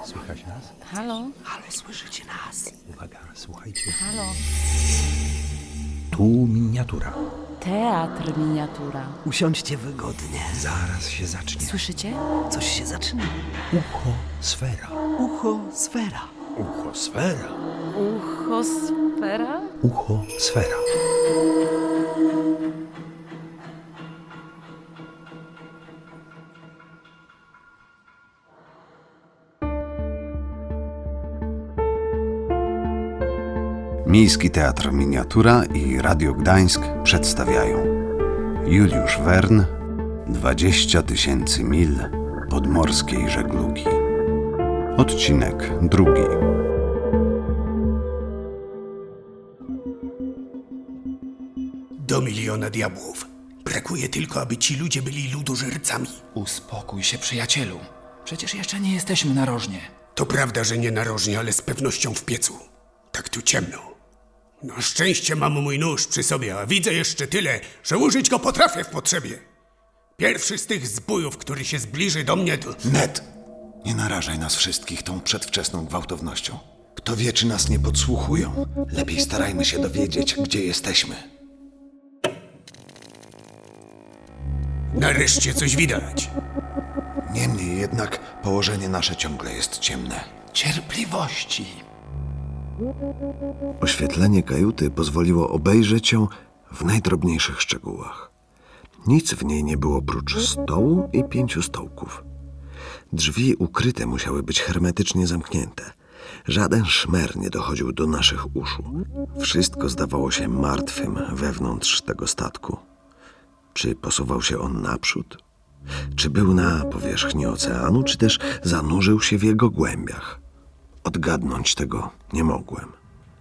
Słychać nas? Halo? Halo, słyszycie nas? Uwaga, słuchajcie. Halo? Tu miniatura. Teatr miniatura. Usiądźcie wygodnie. Zaraz się zacznie. Słyszycie? Coś się zaczyna. Uchosfera. Uchosfera. Uchosfera. Uchosfera? Uchosfera. Miejski Teatr Miniatura i Radio Gdańsk przedstawiają Juliusz Wern, 20 000 mil podmorskiej żeglugi. Odcinek 2. Do 1 000 000 diabłów. Brakuje tylko, aby ci ludzie byli ludożercami. Uspokój się, przyjacielu. Przecież jeszcze nie jesteśmy narożnie. To prawda, że nie narożnie, ale z pewnością w piecu. Tak tu ciemno. Na szczęście mam mój nóż przy sobie, a widzę jeszcze tyle, że użyć go potrafię w potrzebie. Pierwszy z tych zbójów, który się zbliży do mnie, to... Ned, nie narażaj nas wszystkich tą przedwczesną gwałtownością. Kto wie, czy nas nie podsłuchują. Lepiej starajmy się dowiedzieć, gdzie jesteśmy. Nareszcie coś widać. Niemniej jednak położenie nasze ciągle jest ciemne. Cierpliwości. Oświetlenie kajuty pozwoliło obejrzeć ją w najdrobniejszych szczegółach. Nic w niej nie było prócz stołu i 5 stołków. Drzwi ukryte musiały być hermetycznie zamknięte. Żaden szmer nie dochodził do naszych uszu. Wszystko zdawało się martwym wewnątrz tego statku. Czy posuwał się on naprzód? Czy był na powierzchni oceanu, czy też zanurzył się w jego głębiach? Odgadnąć tego nie mogłem.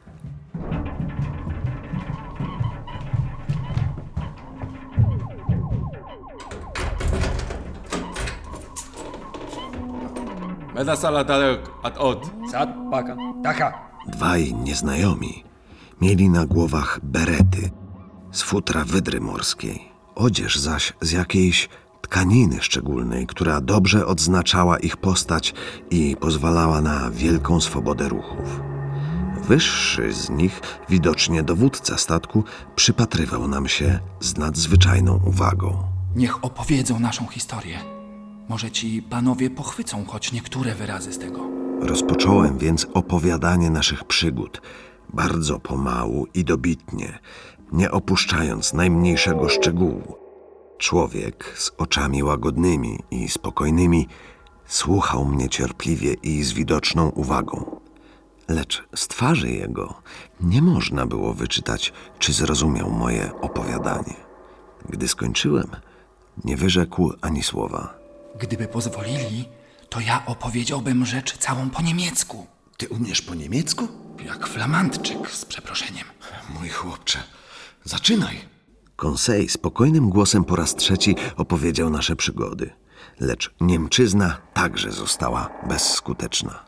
Dwaj nieznajomi mieli na głowach berety z futra wydry morskiej, odzież zaś z jakiejś tkaniny szczególnej, która dobrze odznaczała ich postać i pozwalała na wielką swobodę ruchów. Wyższy z nich, widocznie dowódca statku, przypatrywał nam się z nadzwyczajną uwagą. Niech opowiedzą naszą historię. Może ci panowie pochwycą choć niektóre wyrazy z tego. Rozpocząłem więc opowiadanie naszych przygód, bardzo pomału i dobitnie, nie opuszczając najmniejszego szczegółu. Człowiek z oczami łagodnymi i spokojnymi słuchał mnie cierpliwie i z widoczną uwagą. Lecz z twarzy jego nie można było wyczytać, czy zrozumiał moje opowiadanie. Gdy skończyłem, nie wyrzekł ani słowa. Gdyby pozwolili, to ja opowiedziałbym rzecz całą po niemiecku. Ty umiesz po niemiecku? Jak flamandczyk, z przeproszeniem. Mój chłopcze, zaczynaj. Conseil spokojnym głosem po raz 3 opowiedział nasze przygody. Lecz Niemczyzna także została bezskuteczna.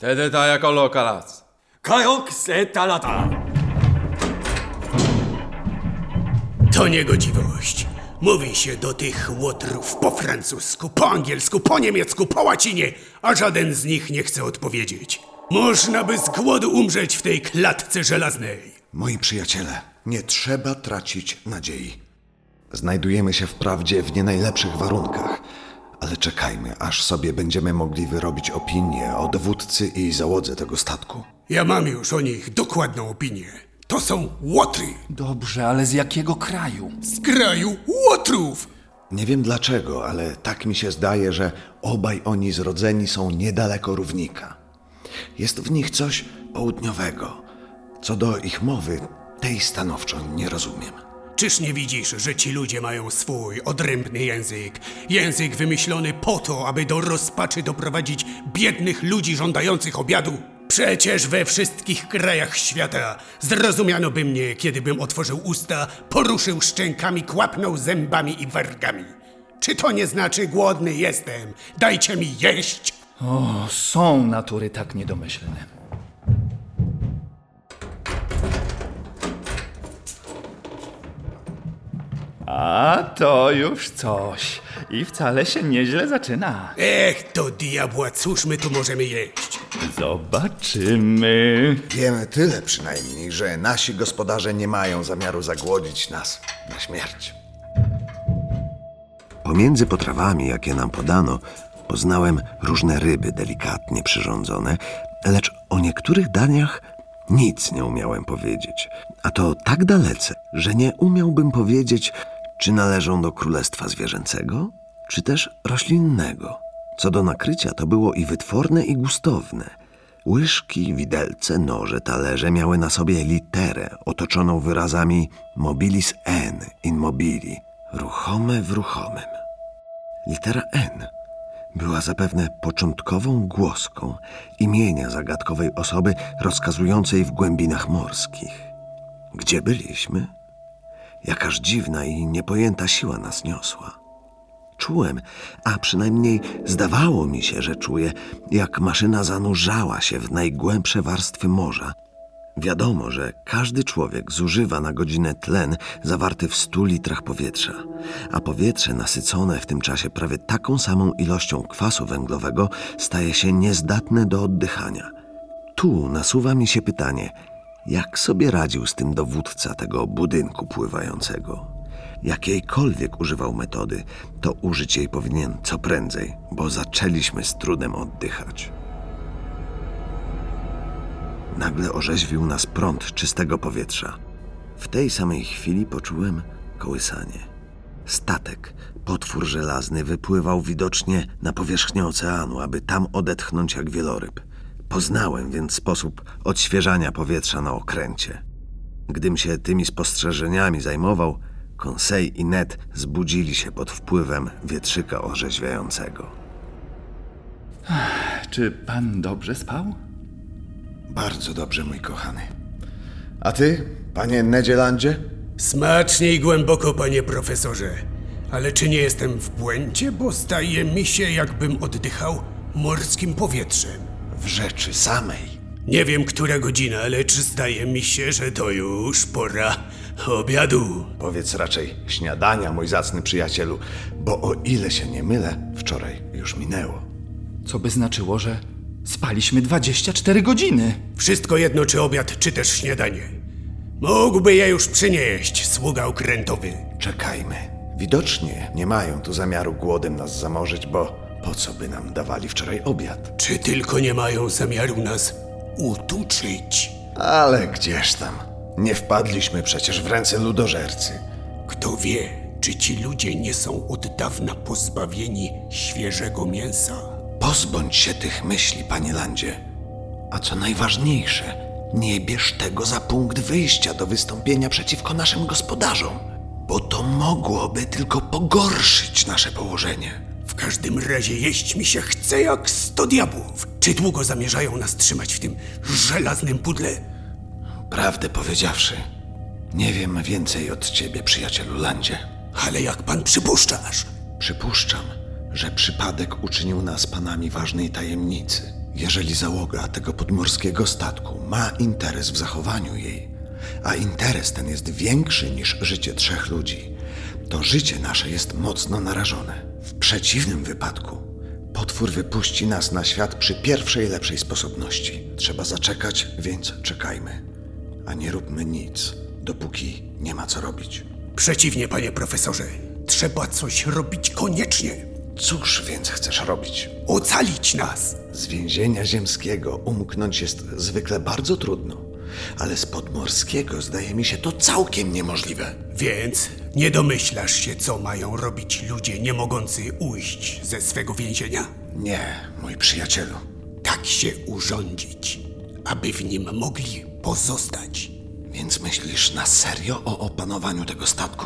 To niegodziwość. Mówi się do tych łotrów po francusku, po angielsku, po niemiecku, po łacinie, a żaden z nich nie chce odpowiedzieć. Można by z głodu umrzeć w tej klatce żelaznej. Moi przyjaciele, nie trzeba tracić nadziei. Znajdujemy się wprawdzie w nie najlepszych warunkach, ale czekajmy, aż sobie będziemy mogli wyrobić opinię o dowódcy i załodze tego statku. Ja mam już o nich dokładną opinię. To są łotry. Dobrze, ale z jakiego kraju? Z kraju łotrów. Nie wiem dlaczego, ale tak mi się zdaje, że obaj oni zrodzeni są niedaleko równika. Jest w nich coś południowego. Co do ich mowy, tej stanowczo nie rozumiem. Czyż nie widzisz, że ci ludzie mają swój odrębny język? Język wymyślony po to, aby do rozpaczy doprowadzić biednych ludzi żądających obiadu? Przecież we wszystkich krajach świata zrozumiano by mnie, kiedybym otworzył usta, poruszył szczękami, kłapnął zębami i wargami. Czy to nie znaczy głodny jestem? Dajcie mi jeść! O, są natury tak niedomyślne. A to już coś. I wcale się nieźle zaczyna. Ech, do diabła, cóż my tu możemy jeść? Zobaczymy. Wiemy tyle przynajmniej, że nasi gospodarze nie mają zamiaru zagłodzić nas na śmierć. Pomiędzy potrawami, jakie nam podano, poznałem różne ryby delikatnie przyrządzone, lecz o niektórych daniach nic nie umiałem powiedzieć. A to tak dalece, że nie umiałbym powiedzieć, czy należą do królestwa zwierzęcego, czy też roślinnego. Co do nakrycia, to było i wytworne, i gustowne. Łyżki, widelce, noże, talerze miały na sobie literę otoczoną wyrazami mobilis en in mobili, ruchome w ruchomym. Litera N była zapewne początkową głoską imienia zagadkowej osoby rozkazującej w głębinach morskich. Gdzie byliśmy? Jakaż dziwna i niepojęta siła nas niosła. Czułem, a przynajmniej zdawało mi się, że czuję, jak maszyna zanurzała się w najgłębsze warstwy morza. Wiadomo, że każdy człowiek zużywa na godzinę tlen zawarty w 100 litrach powietrza, a powietrze nasycone w tym czasie prawie taką samą ilością kwasu węglowego staje się niezdatne do oddychania. Tu nasuwa mi się pytanie, jak sobie radził z tym dowódca tego budynku pływającego? Jakiejkolwiek używał metody, to użyć jej powinien co prędzej, bo zaczęliśmy z trudem oddychać. Nagle orzeźwił nas prąd czystego powietrza. W tej samej chwili poczułem kołysanie. Statek, potwór żelazny, wypływał widocznie na powierzchnię oceanu, aby tam odetchnąć jak wieloryb. Poznałem więc sposób odświeżania powietrza na okręcie. Gdym się tymi spostrzeżeniami zajmował, Conseil i Ned zbudzili się pod wpływem wietrzyka orzeźwiającego. Czy pan dobrze spał? Bardzo dobrze, mój kochany. A ty, panie Nedzielandzie? Smacznie i głęboko, panie profesorze. Ale czy nie jestem w błędzie, bo zdaje mi się, jakbym oddychał morskim powietrzem. W rzeczy samej. Nie wiem, która godzina, lecz zdaje mi się, że to już pora obiadu. Powiedz raczej śniadania, mój zacny przyjacielu, bo o ile się nie mylę, wczoraj już minęło. Co by znaczyło, że spaliśmy 24 godziny. Wszystko jedno, czy obiad, czy też śniadanie. Mógłby je już przynieść, sługa okrętowy. Czekajmy. Widocznie nie mają tu zamiaru głodem nas zamorzyć, bo po co by nam dawali wczoraj obiad? Czy tylko nie mają zamiaru nas utuczyć? Ale gdzież tam. Nie wpadliśmy przecież w ręce ludożercy. Kto wie, czy ci ludzie nie są od dawna pozbawieni świeżego mięsa? Pozbądź się tych myśli, panie Landzie. A co najważniejsze, nie bierz tego za punkt wyjścia do wystąpienia przeciwko naszym gospodarzom, bo to mogłoby tylko pogorszyć nasze położenie. W każdym razie jeść mi się chce jak 100 diabłów. Czy długo zamierzają nas trzymać w tym żelaznym pudle? Prawdę powiedziawszy, nie wiem więcej od ciebie, przyjacielu Landzie. Ale jak pan przypuszczasz? Przypuszczam, że przypadek uczynił nas panami ważnej tajemnicy. Jeżeli załoga tego podmorskiego statku ma interes w zachowaniu jej, a interes ten jest większy niż życie 3 ludzi, to życie nasze jest mocno narażone. W przeciwnym wypadku potwór wypuści nas na świat przy pierwszej lepszej sposobności. Trzeba zaczekać, więc czekajmy. A nie róbmy nic, dopóki nie ma co robić. Przeciwnie, panie profesorze. Trzeba coś robić koniecznie. Cóż więc chcesz robić? Ocalić nas. Z więzienia ziemskiego umknąć jest zwykle bardzo trudno, ale z podmorskiego zdaje mi się to całkiem niemożliwe. Więc nie domyślasz się, co mają robić ludzie nie mogący ujść ze swego więzienia? Nie, mój przyjacielu. Tak się urządzić, aby w nim mogli pozostać. Więc myślisz na serio o opanowaniu tego statku?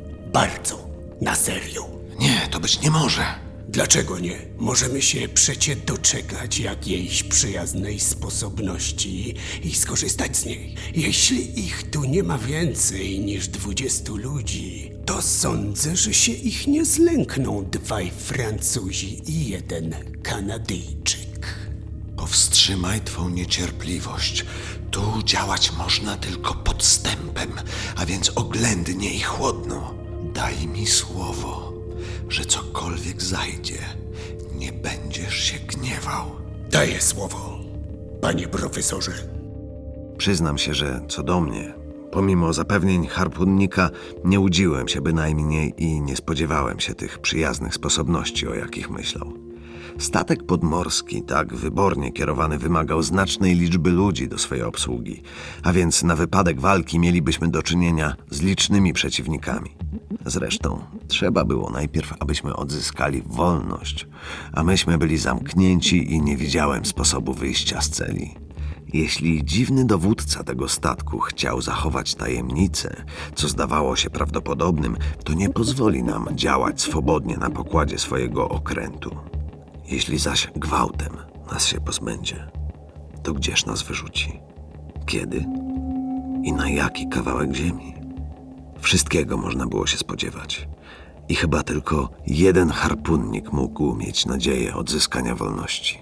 Bardzo na serio. Nie, to być nie może. Dlaczego nie? Możemy się przecie doczekać jakiejś przyjaznej sposobności i skorzystać z niej. Jeśli ich tu nie ma więcej niż 20 ludzi, to sądzę, że się ich nie zlękną 2 Francuzi i 1 Kanadyjczyk. Powstrzymaj twą niecierpliwość. Tu działać można tylko podstępem, a więc oględnie i chłodno. Daj mi słowo, że cokolwiek zajdzie, nie będziesz się gniewał. Daję słowo. panie profesorze. Przyznam się, że co do mnie, pomimo zapewnień harpunnika, nie łudziłem się bynajmniej i nie spodziewałem się tych przyjaznych sposobności, o jakich myślał. Statek podmorski, tak wybornie kierowany, wymagał znacznej liczby ludzi do swojej obsługi, a więc na wypadek walki mielibyśmy do czynienia z licznymi przeciwnikami. Zresztą trzeba było najpierw, abyśmy odzyskali wolność, a myśmy byli zamknięci i nie widziałem sposobu wyjścia z celi. Jeśli dziwny dowódca tego statku chciał zachować tajemnicę, co zdawało się prawdopodobnym, to nie pozwoli nam działać swobodnie na pokładzie swojego okrętu. Jeśli zaś gwałtem nas się pozbędzie, to gdzież nas wyrzuci? Kiedy? I na jaki kawałek ziemi? Wszystkiego można było się spodziewać. I chyba tylko jeden harpunnik mógł mieć nadzieję odzyskania wolności.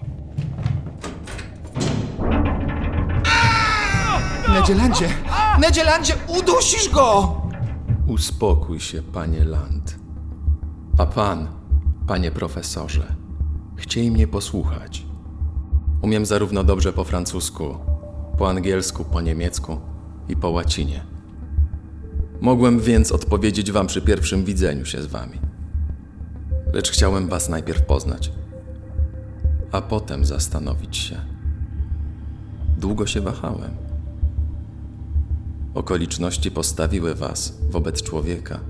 Nedzielandzie! Nedzielandzie, udusisz go! Uspokój się, panie Land. A pan, panie profesorze, chciej mnie posłuchać. Umiem zarówno dobrze po francusku, po angielsku, po niemiecku i po łacinie. Mogłem więc odpowiedzieć wam przy pierwszym widzeniu się z wami. Lecz chciałem was najpierw poznać, a potem zastanowić się. Długo się wahałem. Okoliczności postawiły was wobec człowieka,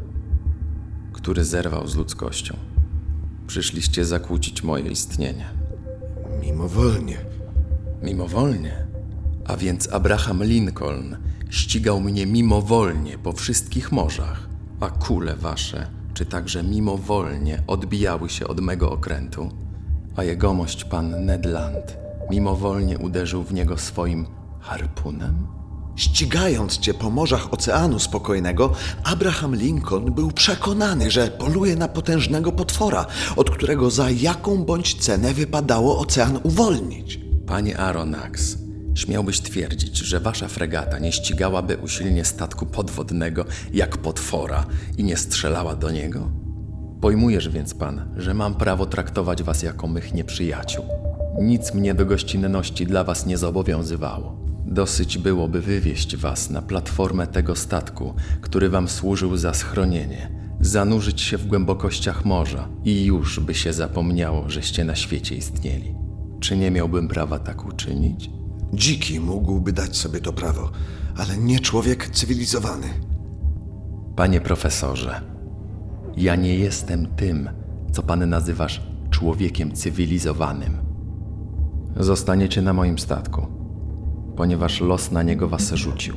który zerwał z ludzkością. Przyszliście zakłócić moje istnienie. Mimowolnie. Mimowolnie? A więc Abraham Lincoln ścigał mnie mimowolnie po wszystkich morzach, a kule wasze, czy także mimowolnie odbijały się od mego okrętu, a jegomość pan Ned Land mimowolnie uderzył w niego swoim harpunem? Ścigając cię po morzach Oceanu Spokojnego, Abraham Lincoln był przekonany, że poluje na potężnego potwora, od którego za jaką bądź cenę wypadało ocean uwolnić. Panie Aronnax, śmiałbyś twierdzić, że wasza fregata nie ścigałaby usilnie statku podwodnego jak potwora i nie strzelała do niego? Pojmujesz więc pan, że mam prawo traktować was jako mych nieprzyjaciół. Nic mnie do gościnności dla was nie zobowiązywało. Dosyć byłoby wywieźć was na platformę tego statku, który wam służył za schronienie, zanurzyć się w głębokościach morza i już by się zapomniało, żeście na świecie istnieli. Czy nie miałbym prawa tak uczynić? Dziki mógłby dać sobie to prawo, ale nie człowiek cywilizowany. Panie profesorze, ja nie jestem tym, co pan nazywasz człowiekiem cywilizowanym. Zostaniecie na moim statku, ponieważ los na niego was rzucił.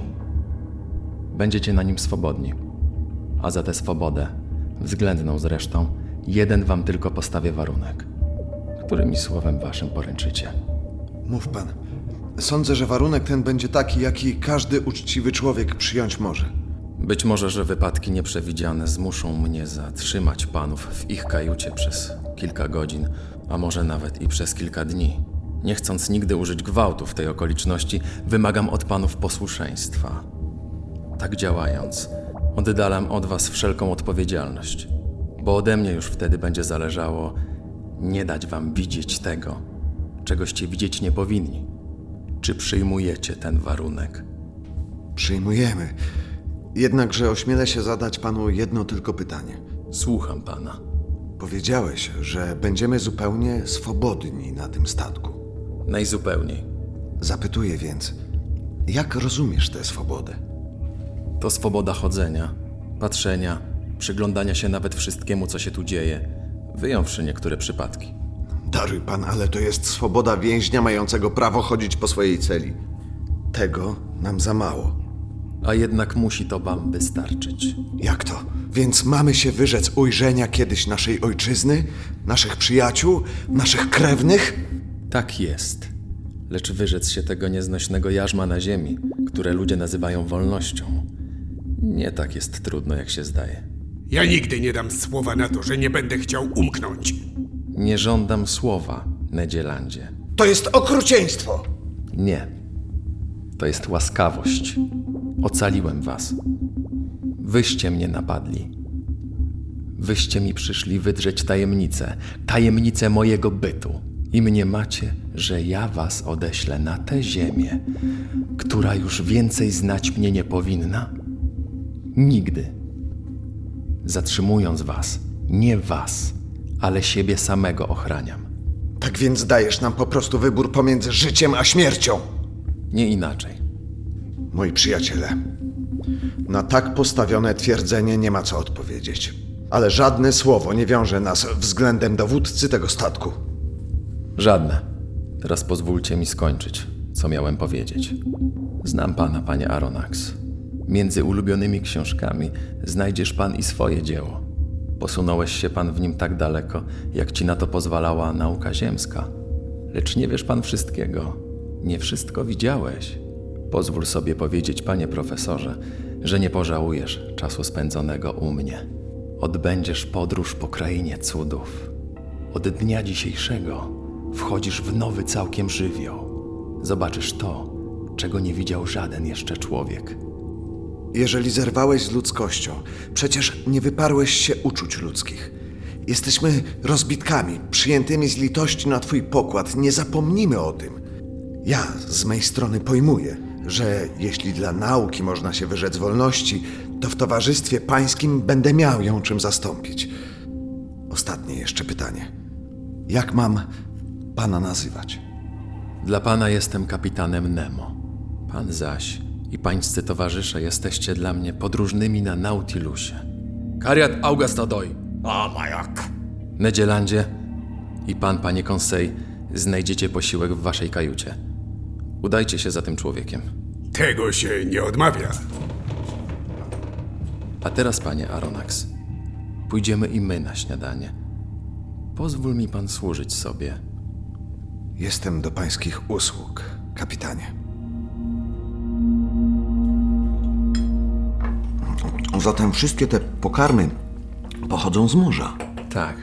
Będziecie na nim swobodni, a za tę swobodę, względną zresztą, jeden wam tylko postawię warunek, który mi słowem waszym poręczycie. Mów pan. Sądzę, że warunek ten będzie taki, jaki każdy uczciwy człowiek przyjąć może. Być może, że wypadki nieprzewidziane zmuszą mnie zatrzymać panów w ich kajucie przez kilka godzin, a może nawet i przez kilka dni. Nie chcąc nigdy użyć gwałtu w tej okoliczności, wymagam od panów posłuszeństwa. Tak działając, oddalam od was wszelką odpowiedzialność, bo ode mnie już wtedy będzie zależało nie dać wam widzieć tego, czegoście widzieć nie powinni. Czy przyjmujecie ten warunek? Przyjmujemy. Jednakże ośmielę się zadać panu jedno tylko pytanie. Słucham pana. Powiedziałeś, że będziemy zupełnie swobodni na tym statku. Najzupełniej. Zapytuję więc, jak rozumiesz tę swobodę? To swoboda chodzenia, patrzenia, przyglądania się nawet wszystkiemu, co się tu dzieje, wyjąwszy niektóre przypadki. Daruj pan, ale to jest swoboda więźnia mającego prawo chodzić po swojej celi. Tego nam za mało. A jednak musi to wam wystarczyć. Jak to? Więc mamy się wyrzec ujrzenia kiedyś naszej ojczyzny, naszych przyjaciół, naszych krewnych? Tak jest. Lecz wyrzec się tego nieznośnego jarzma na ziemi, które ludzie nazywają wolnością, nie tak jest trudno, jak się zdaje. Ja nigdy nie dam słowa na to, że nie będę chciał umknąć. Nie żądam słowa, Nedzielandzie. To jest okrucieństwo! Nie. To jest łaskawość. Ocaliłem was. Wyście mnie napadli. Wyście mi przyszli wydrzeć tajemnicę mojego bytu. I mniemacie, że ja was odeślę na tę ziemię, która już więcej znać mnie nie powinna? Nigdy. Zatrzymując was, nie was, ale siebie samego ochraniam. Tak więc dajesz nam po prostu wybór pomiędzy życiem a śmiercią. Nie inaczej. Moi przyjaciele, na tak postawione twierdzenie nie ma co odpowiedzieć. Ale żadne słowo nie wiąże nas względem dowódcy tego statku. Żadne. Teraz pozwólcie mi skończyć, co miałem powiedzieć. Znam pana, panie Aronnax. Między ulubionymi książkami znajdziesz pan i swoje dzieło. Posunąłeś się pan w nim tak daleko, jak ci na to pozwalała nauka ziemska. Lecz nie wiesz pan wszystkiego. Nie wszystko widziałeś. Pozwól sobie powiedzieć, panie profesorze, że nie pożałujesz czasu spędzonego u mnie. Odbędziesz podróż po krainie cudów. Od dnia dzisiejszego wchodzisz w nowy całkiem żywioł. Zobaczysz to, czego nie widział żaden jeszcze człowiek. Jeżeli zerwałeś z ludzkością, przecież nie wyparłeś się uczuć ludzkich. Jesteśmy rozbitkami, przyjętymi z litości na twój pokład. Nie zapomnimy o tym. Ja z mej strony pojmuję, że jeśli dla nauki można się wyrzec wolności, to w towarzystwie pańskim będę miał ją czym zastąpić. Ostatnie jeszcze pytanie. Jak mam pana nazywać? Dla pana jestem kapitanem Nemo. Pan zaś i pańscy towarzysze jesteście dla mnie podróżnymi na Nautilusie. Kariat Augusta Doi. A majak. Nedzielandzie i pan, panie Conseil, znajdziecie posiłek w waszej kajucie. Udajcie się za tym człowiekiem. Tego się nie odmawia. A teraz, panie Aronnax, pójdziemy i my na śniadanie. Pozwól mi pan służyć sobie. Jestem do pańskich usług, kapitanie. Zatem wszystkie te pokarmy pochodzą z morza. Tak.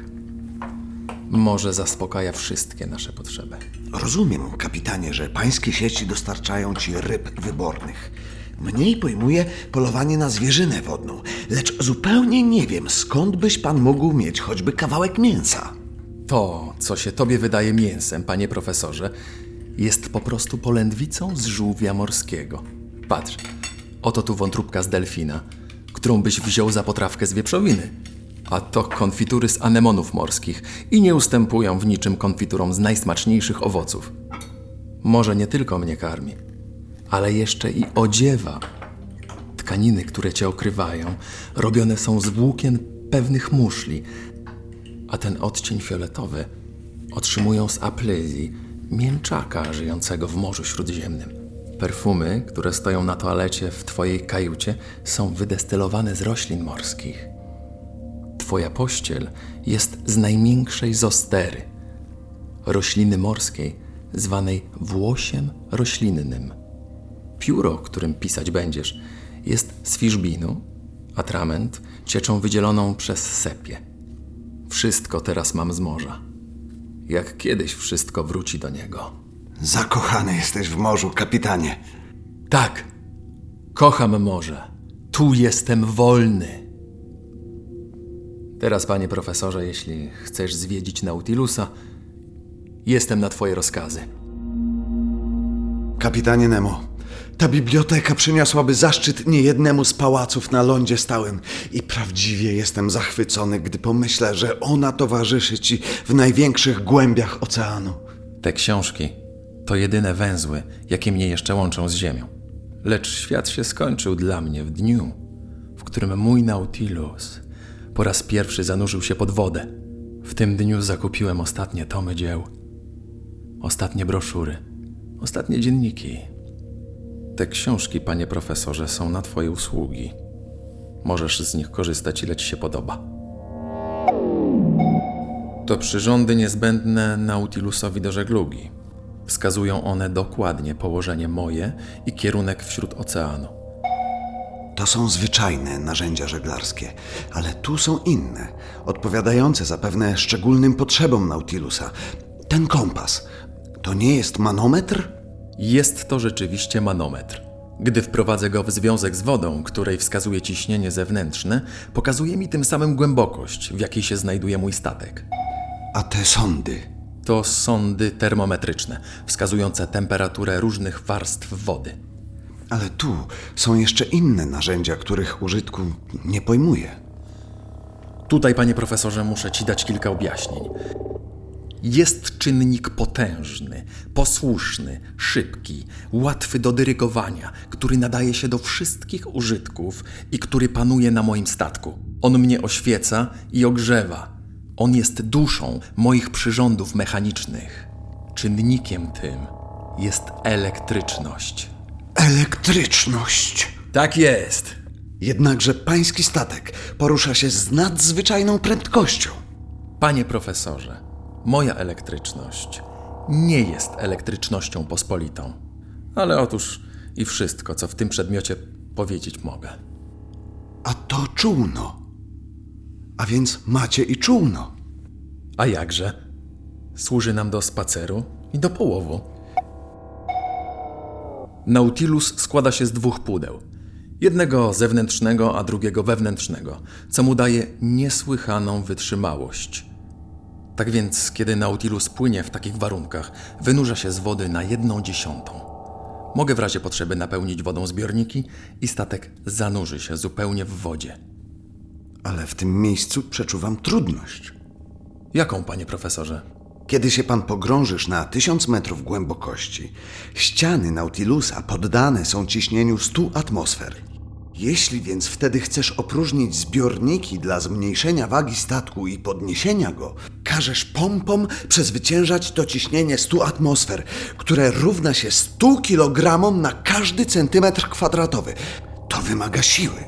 Morze zaspokaja wszystkie nasze potrzeby. Rozumiem, kapitanie, że pańskie sieci dostarczają ci ryb wybornych. Mniej pojmuję polowanie na zwierzynę wodną, lecz zupełnie nie wiem, skąd byś pan mógł mieć choćby kawałek mięsa. To, co się tobie wydaje mięsem, panie profesorze, jest po prostu polędwicą z żółwia morskiego. Patrz, oto tu wątróbka z delfina, którą byś wziął za potrawkę z wieprzowiny. A to konfitury z anemonów morskich i nie ustępują w niczym konfiturom z najsmaczniejszych owoców. Morze nie tylko mnie karmi, ale jeszcze i odziewa. Tkaniny, które cię okrywają, robione są z włókien pewnych muszli, a ten odcień fioletowy otrzymują z aplezji, mięczaka żyjącego w Morzu Śródziemnym. Perfumy, które stoją na toalecie w twojej kajucie, są wydestylowane z roślin morskich. Twoja pościel jest z najmiększej zostery, rośliny morskiej, zwanej włosiem roślinnym. Pióro, którym pisać będziesz, jest z fiszbinu, atrament cieczą wydzieloną przez sepię. Wszystko teraz mam z morza. Jak kiedyś wszystko wróci do niego. Zakochany jesteś w morzu, kapitanie. Tak, kocham morze. Tu jestem wolny. Teraz, panie profesorze, jeśli chcesz zwiedzić Nautilusa, jestem na twoje rozkazy. Kapitanie Nemo, ta biblioteka przyniosłaby zaszczyt niejednemu z pałaców na lądzie stałym i prawdziwie jestem zachwycony, gdy pomyślę, że ona towarzyszy ci w największych głębiach oceanu. Te książki to jedyne węzły, jakie mnie jeszcze łączą z ziemią. Lecz świat się skończył dla mnie w dniu, w którym mój Nautilus po raz pierwszy zanurzył się pod wodę. W tym dniu zakupiłem ostatnie tomy dzieł, ostatnie broszury, ostatnie dzienniki. Te książki, panie profesorze, są na twoje usługi. Możesz z nich korzystać, ile ci się podoba. To przyrządy niezbędne Nautilusowi do żeglugi. Wskazują one dokładnie położenie moje i kierunek wśród oceanu. To są zwyczajne narzędzia żeglarskie, ale tu są inne, odpowiadające zapewne szczególnym potrzebom Nautilusa. Ten kompas, to nie jest manometr? Jest to rzeczywiście manometr. Gdy wprowadzę go w związek z wodą, której wskazuje ciśnienie zewnętrzne, pokazuje mi tym samym głębokość, w jakiej się znajduje mój statek. A te sondy, To sondy termometryczne, wskazujące temperaturę różnych warstw wody. Ale tu są jeszcze inne narzędzia, których użytku nie pojmuję. Tutaj, panie profesorze, muszę ci dać kilka objaśnień. Jest czynnik potężny, posłuszny, szybki, łatwy do dyrygowania, który nadaje się do wszystkich użytków i który panuje na moim statku. On mnie oświeca i ogrzewa. On jest duszą moich przyrządów mechanicznych. Czynnikiem tym jest elektryczność. Elektryczność! Tak jest. Jednakże pański statek porusza się z nadzwyczajną prędkością. Panie profesorze, moja elektryczność nie jest elektrycznością pospolitą. Ale otóż i wszystko, co w tym przedmiocie powiedzieć mogę. A to czółno. A więc macie i czółno. A jakże? Służy nam do spaceru i do połowu. Nautilus składa się z 2 pudeł. Jednego zewnętrznego, a drugiego wewnętrznego, co mu daje niesłychaną wytrzymałość. Tak więc, kiedy Nautilus płynie w takich warunkach, wynurza się z wody na 1/10. Mogę w razie potrzeby napełnić wodą zbiorniki i statek zanurzy się zupełnie w wodzie. Ale w tym miejscu przeczuwam trudność. Jaką, panie profesorze? Kiedy się pan pogrążysz na 1000 metrów głębokości, ściany Nautilusa poddane są ciśnieniu 100 atmosfer. Jeśli więc wtedy chcesz opróżnić zbiorniki dla zmniejszenia wagi statku i podniesienia go, każesz pompom przezwyciężać to ciśnienie 100 atmosfer, które równa się 100 kilogramom na każdy centymetr kwadratowy. To wymaga siły.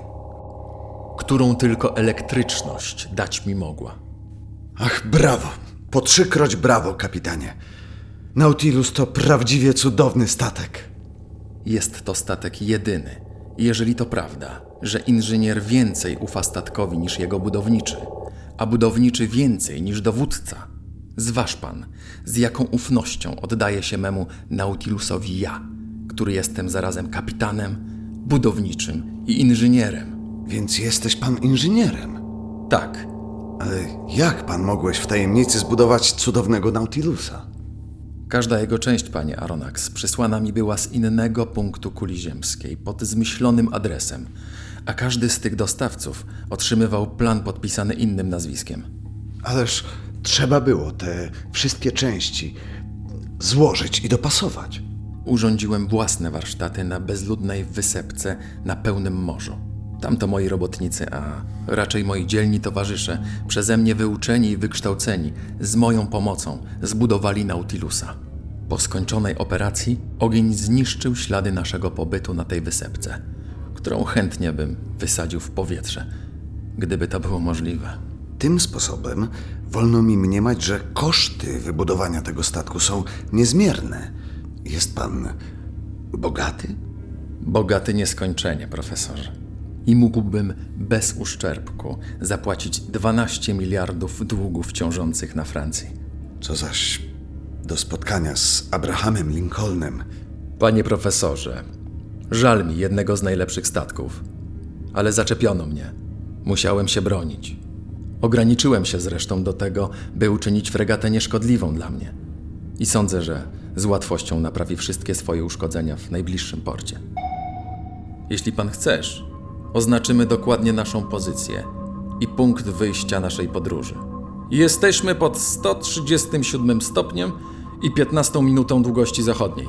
Którą tylko elektryczność dać mi mogła. Ach, brawo! Po 3-kroć brawo, kapitanie. Nautilus to prawdziwie cudowny statek. Jest to statek jedyny. I jeżeli to prawda, że inżynier więcej ufa statkowi niż jego budowniczy, a budowniczy więcej niż dowódca, zważ pan, z jaką ufnością oddaję się memu Nautilusowi ja, który jestem zarazem kapitanem, budowniczym i inżynierem. Więc jesteś pan inżynierem. Tak. Ale jak pan mogłeś w tajemnicy zbudować cudownego Nautilusa? Każda jego część, panie Aronnax, przysłana mi była z innego punktu kuli ziemskiej, pod zmyślonym adresem, a każdy z tych dostawców otrzymywał plan podpisany innym nazwiskiem. Ależ trzeba było te wszystkie części złożyć i dopasować. Urządziłem własne warsztaty na bezludnej wysepce na pełnym morzu. Tam to moi robotnicy, a raczej moi dzielni towarzysze, przeze mnie wyuczeni i wykształceni, z moją pomocą zbudowali Nautilusa. Po skończonej operacji ogień zniszczył ślady naszego pobytu na tej wysepce, którą chętnie bym wysadził w powietrze, gdyby to było możliwe. Tym sposobem wolno mi mniemać, że koszty wybudowania tego statku są niezmierne. Jest pan bogaty? Bogaty nieskończenie, profesorze. I mógłbym bez uszczerbku zapłacić 12 miliardów długów ciążących na Francji. Co zaś do spotkania z Abrahamem Lincolnem. Panie profesorze, żal mi jednego z najlepszych statków, ale zaczepiono mnie. Musiałem się bronić. Ograniczyłem się zresztą do tego, by uczynić fregatę nieszkodliwą dla mnie. I sądzę, że z łatwością naprawi wszystkie swoje uszkodzenia w najbliższym porcie. Jeśli pan chcesz, oznaczymy dokładnie naszą pozycję i punkt wyjścia naszej podróży. Jesteśmy pod 137 stopniem i 15 minutą długości zachodniej.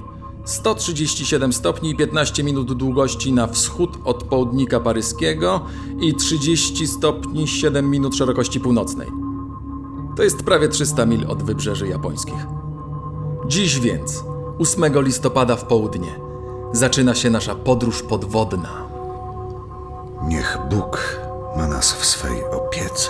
137 stopni i 15 minut długości na wschód od południka paryskiego i 30 stopni 7 minut szerokości północnej. To jest prawie 300 mil od wybrzeży japońskich. Dziś więc, 8 listopada w południe, zaczyna się nasza podróż podwodna. Niech Bóg ma nas w swej opiece.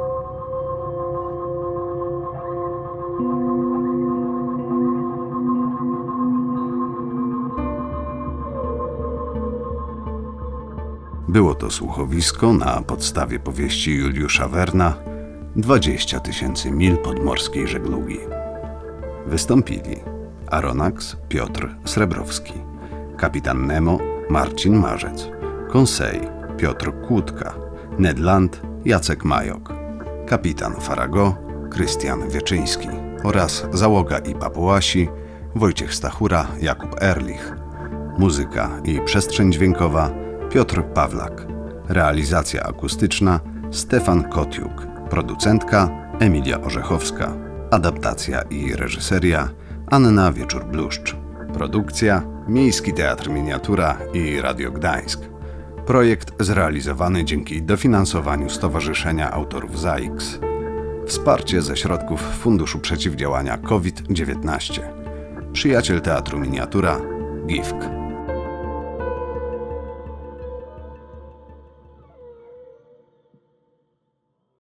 Było to słuchowisko na podstawie powieści Juliusza Werna 20 000 mil podmorskiej żeglugi. Wystąpili Aronnax Piotr Srebrowski, kapitan Nemo Marcin Marzec, Conseil Piotr Kłódka, Ned Land Jacek Majok, kapitan Farago Krystian Wieczyński. oraz załoga i Papuasi, Wojciech Stachura, Jakub Erlich. Muzyka i przestrzeń dźwiękowa Piotr Pawlak. Realizacja akustyczna Stefan Kotiuk. Producentka Emilia Orzechowska. Adaptacja i reżyseria Anna Wieczór-Bluszcz. Produkcja Miejski Teatr Miniatura i Radio Gdańsk. Projekt zrealizowany dzięki dofinansowaniu Stowarzyszenia Autorów ZAIKS. Wsparcie ze środków Funduszu Przeciwdziałania COVID-19. Przyjaciel Teatru Miniatura GIFK.